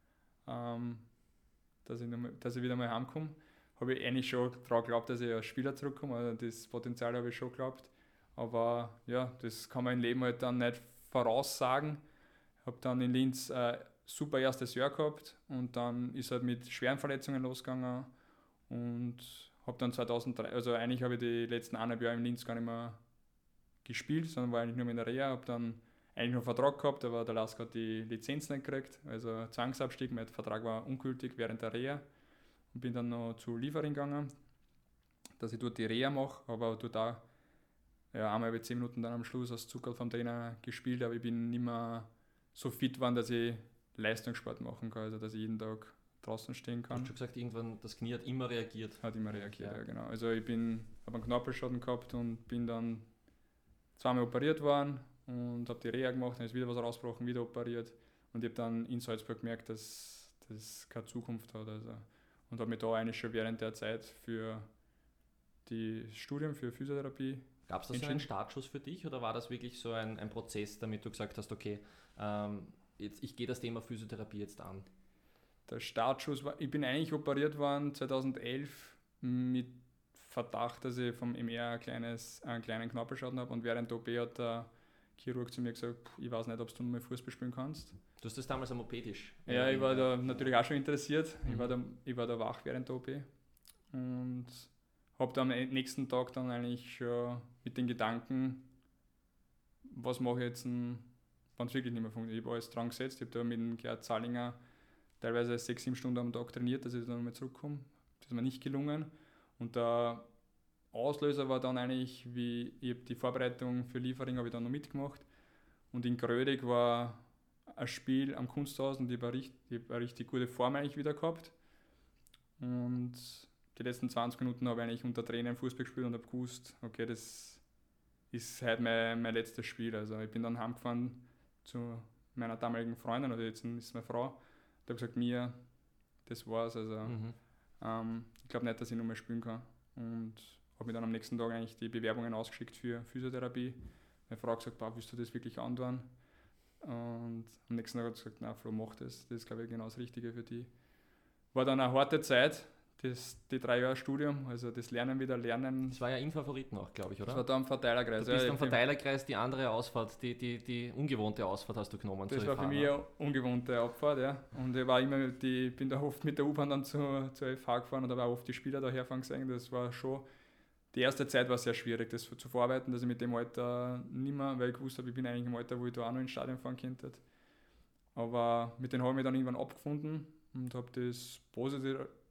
S2: dass ich wieder mal heimkomme, habe ich eigentlich schon daran geglaubt, dass ich als Spieler zurückkomme. Also das Potenzial habe ich schon geglaubt. Aber ja, das kann man im Leben halt dann nicht voraussagen. Ich habe dann in Linz ein super erstes Jahr gehabt und dann ist halt mit schweren Verletzungen losgegangen und habe dann 2003, also eigentlich habe ich die letzten 1,5 Jahre in Linz gar nicht mehr gespielt, sondern war eigentlich nur in der Reha, habe dann eigentlich noch einen Vertrag gehabt, aber der LASK hat die Lizenz nicht gekriegt, also Zwangsabstieg, mein Vertrag war ungültig während der Reha und bin dann noch zu Liefering gegangen, dass ich dort die Reha mache, aber dort auch, ja, einmal habe ich 10 Minuten dann am Schluss als Zucker vom Trainer gespielt, aber ich bin nicht mehr so fit geworden, dass ich Leistungssport machen kann, also dass ich jeden Tag draußen stehen kann.
S1: Du hast schon gesagt, irgendwann das Knie hat immer reagiert.
S2: Hat immer reagiert, ja genau. Also ich habe einen Knorpelschaden gehabt und bin dann zweimal operiert worden und habe die Reha gemacht, dann ist wieder was rausgebrochen, wieder operiert und ich habe dann in Salzburg gemerkt, dass das keine Zukunft hat. Also, und habe mich da eigentlich schon während der Zeit für das Studium für Physiotherapie.
S1: Gab es da so einen Startschuss für dich oder war das wirklich so ein Prozess, damit du gesagt hast, okay, ich gehe das Thema Physiotherapie jetzt an?
S2: Der Startschuss war, ich bin eigentlich operiert worden 2011 mit Verdacht, dass ich vom MR einen kleinen Knorpelschaden habe und während der OP hat der Chirurg zu mir gesagt, ich weiß nicht, ob du noch mal Fußball spielen kannst.
S1: Du hast das damals am OP-Tisch?
S2: Ja, ich war da natürlich auch schon interessiert. Ich war da wach während der OP und habe dann am nächsten Tag dann eigentlich schon mit den Gedanken, was mache ich jetzt, wenn es wirklich nicht mehr funktioniert. Ich habe alles dran gesetzt, ich habe da mit dem Gerhard Zahlinger teilweise 6-7 Stunden am Tag trainiert, dass ich dann mal zurückkomme. Das ist mir nicht gelungen. Und der Auslöser war dann eigentlich, ich habe die Vorbereitung für Liefering habe ich dann noch mitgemacht. Und in Grödig war ein Spiel am Kunsthaus und ich habe eine richtig gute Form eigentlich wieder gehabt. Und die letzten 20 Minuten habe ich eigentlich unter Tränen Fußball gespielt und habe gewusst, okay, das ist heute mein letztes Spiel. Also ich bin dann heimgefahren zu meiner damaligen Freundin, oder jetzt ist meine Frau. Ich habe gesagt, Mia, das war's. Also ich glaube nicht, dass ich noch mehr spielen kann. Und habe mir dann am nächsten Tag eigentlich die Bewerbungen ausgeschickt für Physiotherapie. Meine Frau hat gesagt, willst du das wirklich antun? Und am nächsten Tag hat sie gesagt, nein, Flo, mach das. Das ist, glaube ich, genau das Richtige für dich. War dann eine harte Zeit, die 3 Jahre Studium, also das Lernen. Das
S1: war ja in Favoriten auch, glaube ich, oder?
S2: Das war da am Verteilerkreis.
S1: Du bist am Verteilerkreis, die andere Ausfahrt, die ungewohnte Ausfahrt hast du genommen.
S2: Das war für mich eine ungewohnte Abfahrt, ja. Und ich bin da oft mit der U-Bahn dann zur FH gefahren und habe auch oft die Spieler da herfahren gesehen. Das war schon, die erste Zeit war sehr schwierig, das zu verarbeiten, dass ich mit dem Alter nicht mehr, weil ich gewusst habe, ich bin eigentlich im Alter, wo ich da auch noch ins Stadion fahren könnte. Aber mit denen habe ich mich dann irgendwann abgefunden und habe das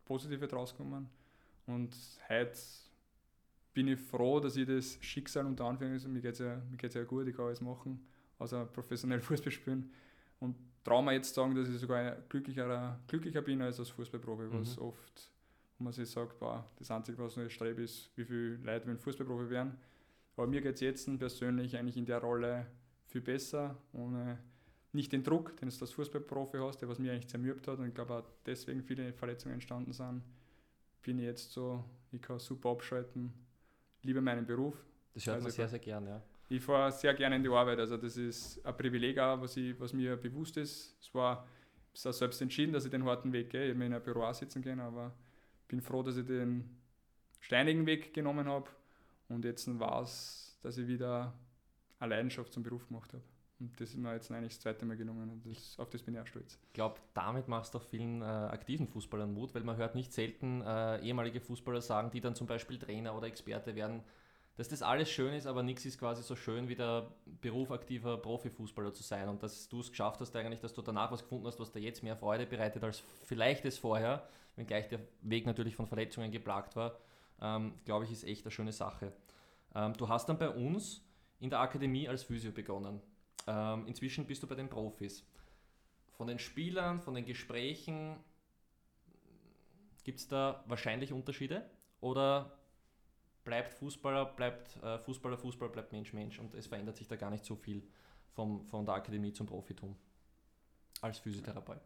S2: Positive draus gekommen. Und heute bin ich froh, dass ich das Schicksal unter Anführungszeichen, mir geht's ja gut, ich kann alles machen, außer professionell Fußball spielen. Und traue mir jetzt sagen, dass ich sogar glücklicher bin als Fußballprofi, was oft, wo man sich sagt, das Einzige, was ich strebe, ist, wie viele Leute wollen Fußballprofi werden. Aber mir geht es jetzt persönlich eigentlich in der Rolle viel besser, ohne nicht den Druck, den du als Fußballprofi hast, der was mir eigentlich zermürbt hat und ich glaube auch deswegen viele Verletzungen entstanden sind, bin ich jetzt so, ich kann super abschalten, liebe meinen Beruf.
S1: Das hört man sehr, sehr gern, ja.
S2: Ich fahre sehr gerne in die Arbeit, also das ist ein Privileg auch, was mir bewusst ist. Es war auch selbst entschieden, dass ich den harten Weg gehe, ich habe in einem Büro auch sitzen gehen, aber bin froh, dass ich den steinigen Weg genommen habe und jetzt weiß, dass ich wieder eine Leidenschaft zum Beruf gemacht habe. Und das ist mir jetzt eigentlich das zweite Mal gelungen und auf das bin ich auch stolz.
S1: Ich glaube, damit machst du auch vielen aktiven Fußballern Mut, weil man hört nicht selten ehemalige Fußballer sagen, die dann zum Beispiel Trainer oder Experte werden, dass das alles schön ist, aber nichts ist quasi so schön wie der Beruf aktiver Profifußballer zu sein und dass du es geschafft hast eigentlich, dass du danach was gefunden hast, was dir jetzt mehr Freude bereitet als vielleicht es vorher, wenngleich der Weg natürlich von Verletzungen geplagt war, glaube ich, ist echt eine schöne Sache. Du hast dann bei uns in der Akademie als Physio begonnen. Inzwischen bist du bei den Profis. Von den Spielern, von den Gesprächen, gibt es da wahrscheinlich Unterschiede? Oder bleibt Fußballer, bleibt Mensch und es verändert sich da gar nicht so viel von der Akademie zum Profitum als Physiotherapeut?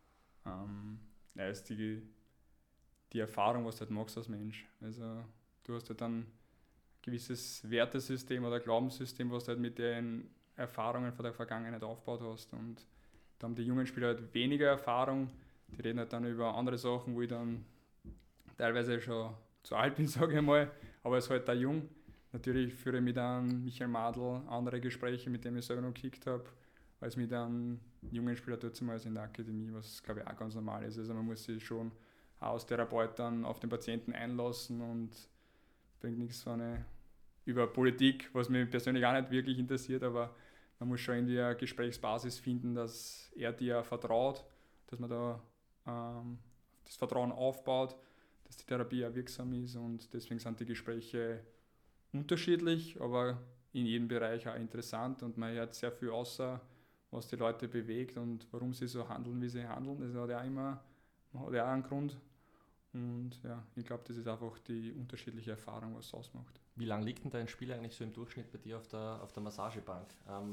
S2: Ist die Erfahrung, was du halt machst als Mensch. Also du hast halt dann ein gewisses Wertesystem oder Glaubenssystem, was du halt mit den Erfahrungen von der Vergangenheit aufgebaut hast. Und da haben die jungen Spieler halt weniger Erfahrung, die reden halt dann über andere Sachen, wo ich dann teilweise schon zu alt bin, sage ich mal, aber es ist halt da jung. Natürlich führe ich mit an Michael Madl andere Gespräche, mit denen ich selber noch gekickt habe, als mit einem jungen Spieler damals in der Akademie, was glaube ich auch ganz normal ist. Also man muss sich schon als Therapeut dann auf den Patienten einlassen und bringt nichts über Politik, was mich persönlich auch nicht wirklich interessiert, aber man muss schon irgendwie eine Gesprächsbasis finden, dass er dir vertraut, dass man da das Vertrauen aufbaut, dass die Therapie auch wirksam ist und deswegen sind die Gespräche unterschiedlich, aber in jedem Bereich auch interessant und man hört sehr viel außer, was die Leute bewegt und warum sie so handeln, wie sie handeln. Das hat ja auch einen Grund. Und ja, ich glaube, das ist einfach die unterschiedliche Erfahrung, was es ausmacht.
S1: Wie lange liegt denn dein Spiel eigentlich so im Durchschnitt bei dir auf der Massagebank?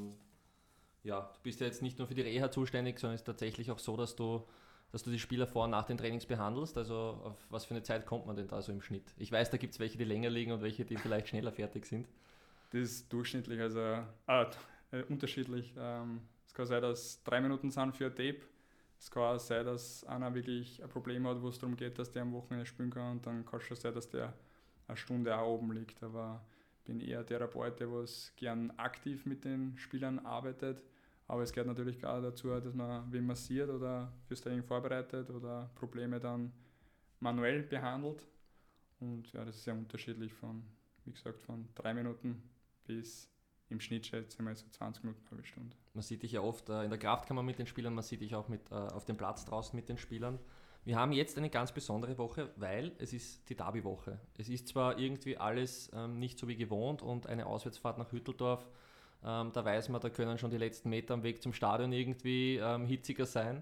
S1: Du bist ja jetzt nicht nur für die Reha zuständig, sondern es ist tatsächlich auch so, dass du die Spieler vor und nach den Trainings behandelst. Also auf was für eine Zeit kommt man denn da so im Schnitt? Ich weiß, da gibt es welche, die länger liegen und welche, die vielleicht schneller fertig sind.
S2: Das ist durchschnittlich, also unterschiedlich. Es kann sein, dass 3 Minuten sind für ein Tape. Es kann auch sein, dass einer wirklich ein Problem hat, wo es darum geht, dass der am Wochenende spielen kann und dann kann es schon sein, dass der eine Stunde auch oben liegt. Aber ich bin eher Therapeut, der was gern aktiv mit den Spielern arbeitet. Aber es gehört natürlich auch dazu, dass man wen massiert oder fürs Training vorbereitet oder Probleme dann manuell behandelt. Und ja, das ist sehr unterschiedlich von 3 Minuten bis im Schnitt schätze ich mal so 20 Minuten, eine halbe Stunde.
S1: Man sieht dich ja oft in der Kraftkammer mit den Spielern, man sieht dich auch auf dem Platz draußen mit den Spielern. Wir haben jetzt eine ganz besondere Woche, weil es ist die Derby-Woche. Es ist zwar irgendwie alles nicht so wie gewohnt und eine Auswärtsfahrt nach Hütteldorf, da weiß man, da können schon die letzten Meter am Weg zum Stadion irgendwie hitziger sein.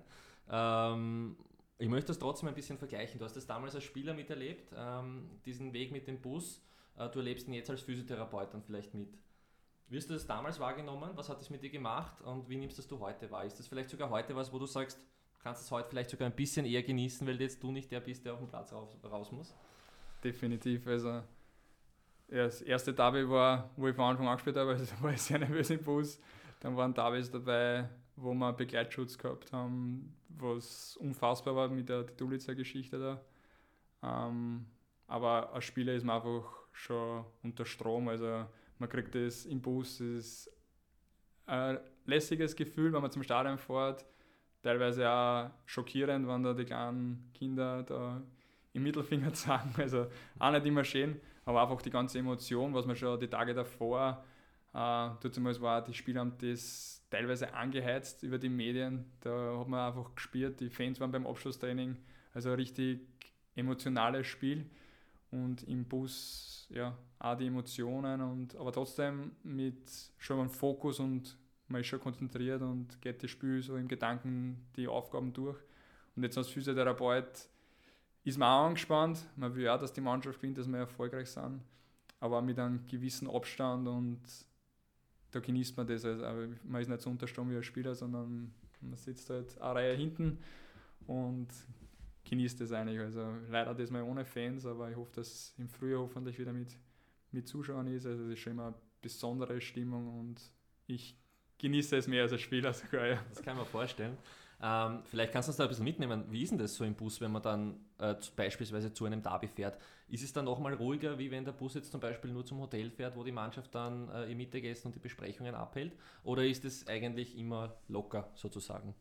S1: Ich möchte das trotzdem ein bisschen vergleichen. Du hast das damals als Spieler miterlebt, diesen Weg mit dem Bus. Du erlebst ihn jetzt als Physiotherapeut dann vielleicht mit. Wie hast du das damals wahrgenommen? Was hat das mit dir gemacht und wie nimmst du heute wahr? Ist das vielleicht sogar heute was, wo du sagst, du kannst es heute vielleicht sogar ein bisschen eher genießen, weil jetzt du nicht der bist, der auf den Platz raus muss?
S2: Definitiv. Also das erste Derby war, wo ich von Anfang an gespielt habe, also war ich sehr nervös im Bus. Dann waren Derbys dabei, wo wir Begleitschutz gehabt haben, was unfassbar war mit der Titulitzer-Geschichte da. Aber als Spieler ist man einfach schon unter Strom, also man kriegt das im Bus, das ist ein lässiges Gefühl, wenn man zum Stadion fährt, teilweise auch schockierend, wenn da die kleinen Kinder da im Mittelfinger zeigen, also auch nicht immer schön, aber einfach die ganze Emotion, was man schon die Tage davor, damals war, die Spieler haben das teilweise angeheizt über die Medien, da hat man einfach gespürt, die Fans waren beim Abschlusstraining, also richtig emotionales Spiel und im Bus ja auch die Emotionen, aber trotzdem mit schon einem Fokus und man ist schon konzentriert und geht das Spiel so im Gedanken die Aufgaben durch. Und jetzt als Physiotherapeut ist man auch angespannt. Man will auch, dass die Mannschaft gewinnt, dass wir erfolgreich sind, aber mit einem gewissen Abstand und da genießt man das. Also man ist nicht so unterstanden wie ein Spieler, sondern man sitzt halt eine Reihe hinten und genießt das eigentlich. Also leider das mal ohne Fans, aber ich hoffe, dass es im Frühjahr hoffentlich wieder mit Zuschauern ist. Also es ist schon immer eine besondere Stimmung und ich genieße es mehr als ein Spieler sogar. Ja.
S1: Das kann ich mir vorstellen. Vielleicht kannst du uns da ein bisschen mitnehmen. Wie ist denn das so im Bus, wenn man dann beispielsweise zu einem Derby fährt? Ist es dann nochmal ruhiger, wie wenn der Bus jetzt zum Beispiel nur zum Hotel fährt, wo die Mannschaft dann ihr Mittagessen und die Besprechungen abhält? Oder ist es eigentlich immer locker sozusagen?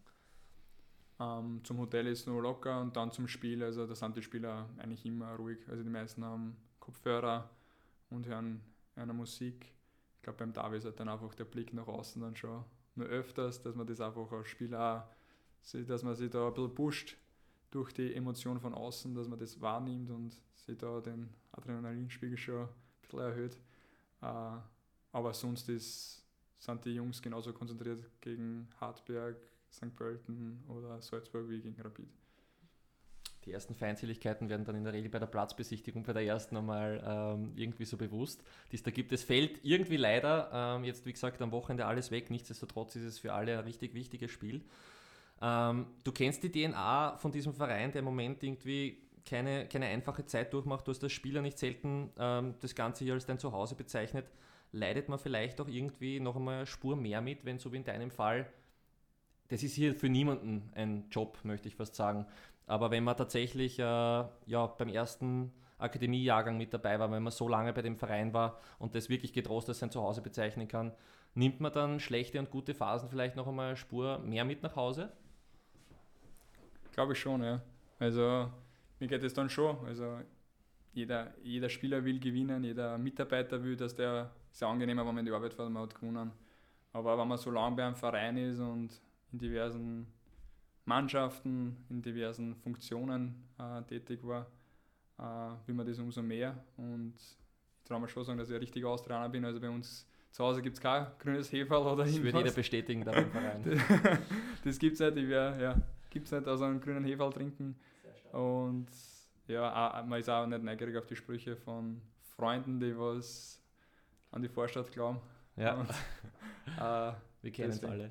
S2: Zum Hotel ist es nur locker und dann zum Spiel. Also da sind die Spieler eigentlich immer ruhig. Also die meisten haben Kopfhörer und hören eine Musik. Ich glaube, beim Derby ist halt dann einfach der Blick nach außen dann schon nur öfters, dass man das einfach als Spieler auch, dass man sich da ein bisschen pusht durch die Emotion von außen, dass man das wahrnimmt und sich da den Adrenalinspiegel schon ein bisschen erhöht. Aber sonst sind die Jungs genauso konzentriert gegen Hartberg, St. Pölten oder Salzburg wie gegen Rapid.
S1: Die ersten Feindseligkeiten werden dann in der Regel bei der Platzbesichtigung bei der ersten einmal irgendwie so bewusst, die es da gibt. Es fällt irgendwie leider, jetzt wie gesagt am Wochenende alles weg, nichtsdestotrotz ist es für alle ein richtig wichtiges Spiel. Du kennst die DNA von diesem Verein, der im Moment irgendwie keine einfache Zeit durchmacht. Du hast als Spieler nicht selten das Ganze hier als dein Zuhause bezeichnet. Leidet man vielleicht auch irgendwie noch einmal eine Spur mehr mit, wenn so wie in deinem Fall, das ist hier für niemanden ein Job, möchte ich fast sagen. Aber wenn man tatsächlich beim ersten Akademiejahrgang mit dabei war, wenn man so lange bei dem Verein war und das wirklich getrost als sein Zuhause bezeichnen kann, nimmt man dann schlechte und gute Phasen vielleicht noch einmal eine Spur mehr mit nach Hause?
S2: Glaube ich schon, ja. Also mir geht es dann schon. Also jeder Spieler will gewinnen, jeder Mitarbeiter will, dass der ist ja angenehmer, wenn man in die Arbeit fährt und man hat gewonnen. Aber wenn man so lange bei einem Verein ist und in diversen Mannschaften, in diversen Funktionen tätig war, will man das umso mehr. Und ich traue mir schon sagen, dass ich ein richtiger Austrianer bin. Also bei uns zu Hause gibt es kein grünes Heferl oder
S1: das würde jeder bestätigen da beim Verein.
S2: Das gibt es nicht. Gibt es nicht aus einem grünen Heferl trinken. Und ja, man ist auch nicht neugierig auf die Sprüche von Freunden, die was an die Vorstadt glauben.
S1: Ja,
S2: und,
S1: wir kennen es alle.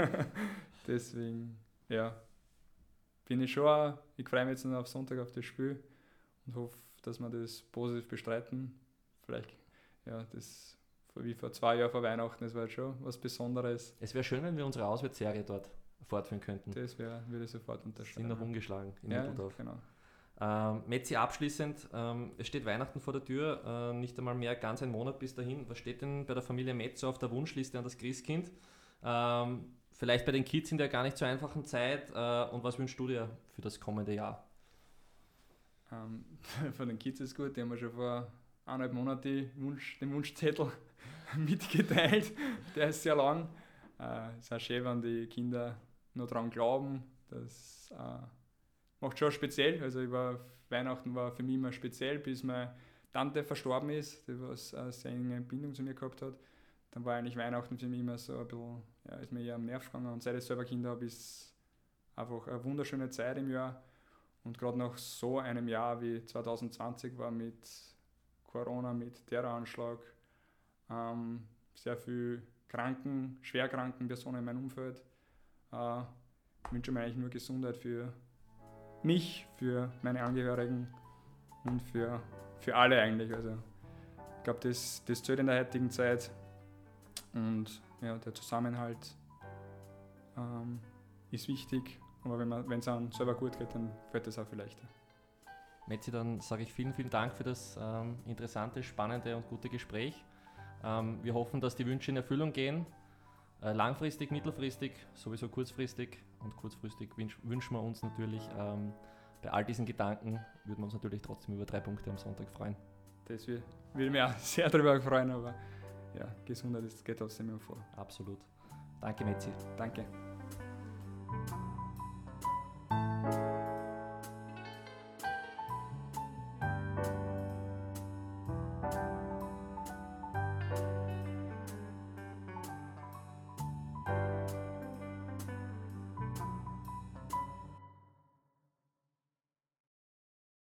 S2: Deswegen, ja, bin ich schon, ich freue mich jetzt noch auf Sonntag auf das Spiel und hoffe, dass wir das positiv bestreiten. Vielleicht, ja, das wie vor 2 Jahren vor Weihnachten, das war jetzt schon was Besonderes.
S1: Es wäre schön, wenn wir unsere Auswärtsserie dort fortführen könnten.
S2: Das würde ich sofort unterschreiben.
S1: Sind noch ungeschlagen in
S2: ja,
S1: Dudorf.
S2: Genau.
S1: Metzi, abschließend, es steht Weihnachten vor der Tür, nicht einmal mehr ganz ein Monat bis dahin. Was steht denn bei der Familie Metz auf der Wunschliste an das Christkind? Vielleicht bei den Kids in der gar nicht so einfachen Zeit und was wünschst du dir für das kommende Jahr?
S2: Von den Kids ist gut, die haben wir schon vor 1,5 Monaten den Wunschzettel mitgeteilt. Der ist sehr lang. Es ist auch schön, wenn die Kinder nur daran glauben. Das macht schon speziell. Also Weihnachten war für mich immer speziell, bis meine Tante verstorben ist, die was eine sehr enge Bindung zu mir gehabt hat. Dann war eigentlich Weihnachten für mich immer so ein bisschen, ist mir eher am Nerv gegangen. Und seit ich selber Kinder habe, ist es einfach eine wunderschöne Zeit im Jahr. Und gerade nach so einem Jahr wie 2020 war mit Corona, mit Terroranschlag, sehr viel schwerkranken Personen in meinem Umfeld. Ich wünsche mir eigentlich nur Gesundheit für mich, für meine Angehörigen und für alle eigentlich. Also ich glaube, das zählt in der heutigen Zeit. Und ja, der Zusammenhalt ist wichtig. Aber wenn es einem selber gut geht, dann fällt das auch viel leichter.
S1: Metzi, dann sage ich vielen, vielen Dank für das interessante, spannende und gute Gespräch. Wir hoffen, dass die Wünsche in Erfüllung gehen. Langfristig, mittelfristig, sowieso kurzfristig. Und kurzfristig wünschen wir uns natürlich, bei all diesen Gedanken würden wir uns natürlich trotzdem über 3 Punkte am Sonntag freuen.
S2: Das würde mich auch sehr darüber freuen, aber ja, Gesundheit geht trotzdem immer vor.
S1: Absolut. Danke, Metzi.
S2: Danke.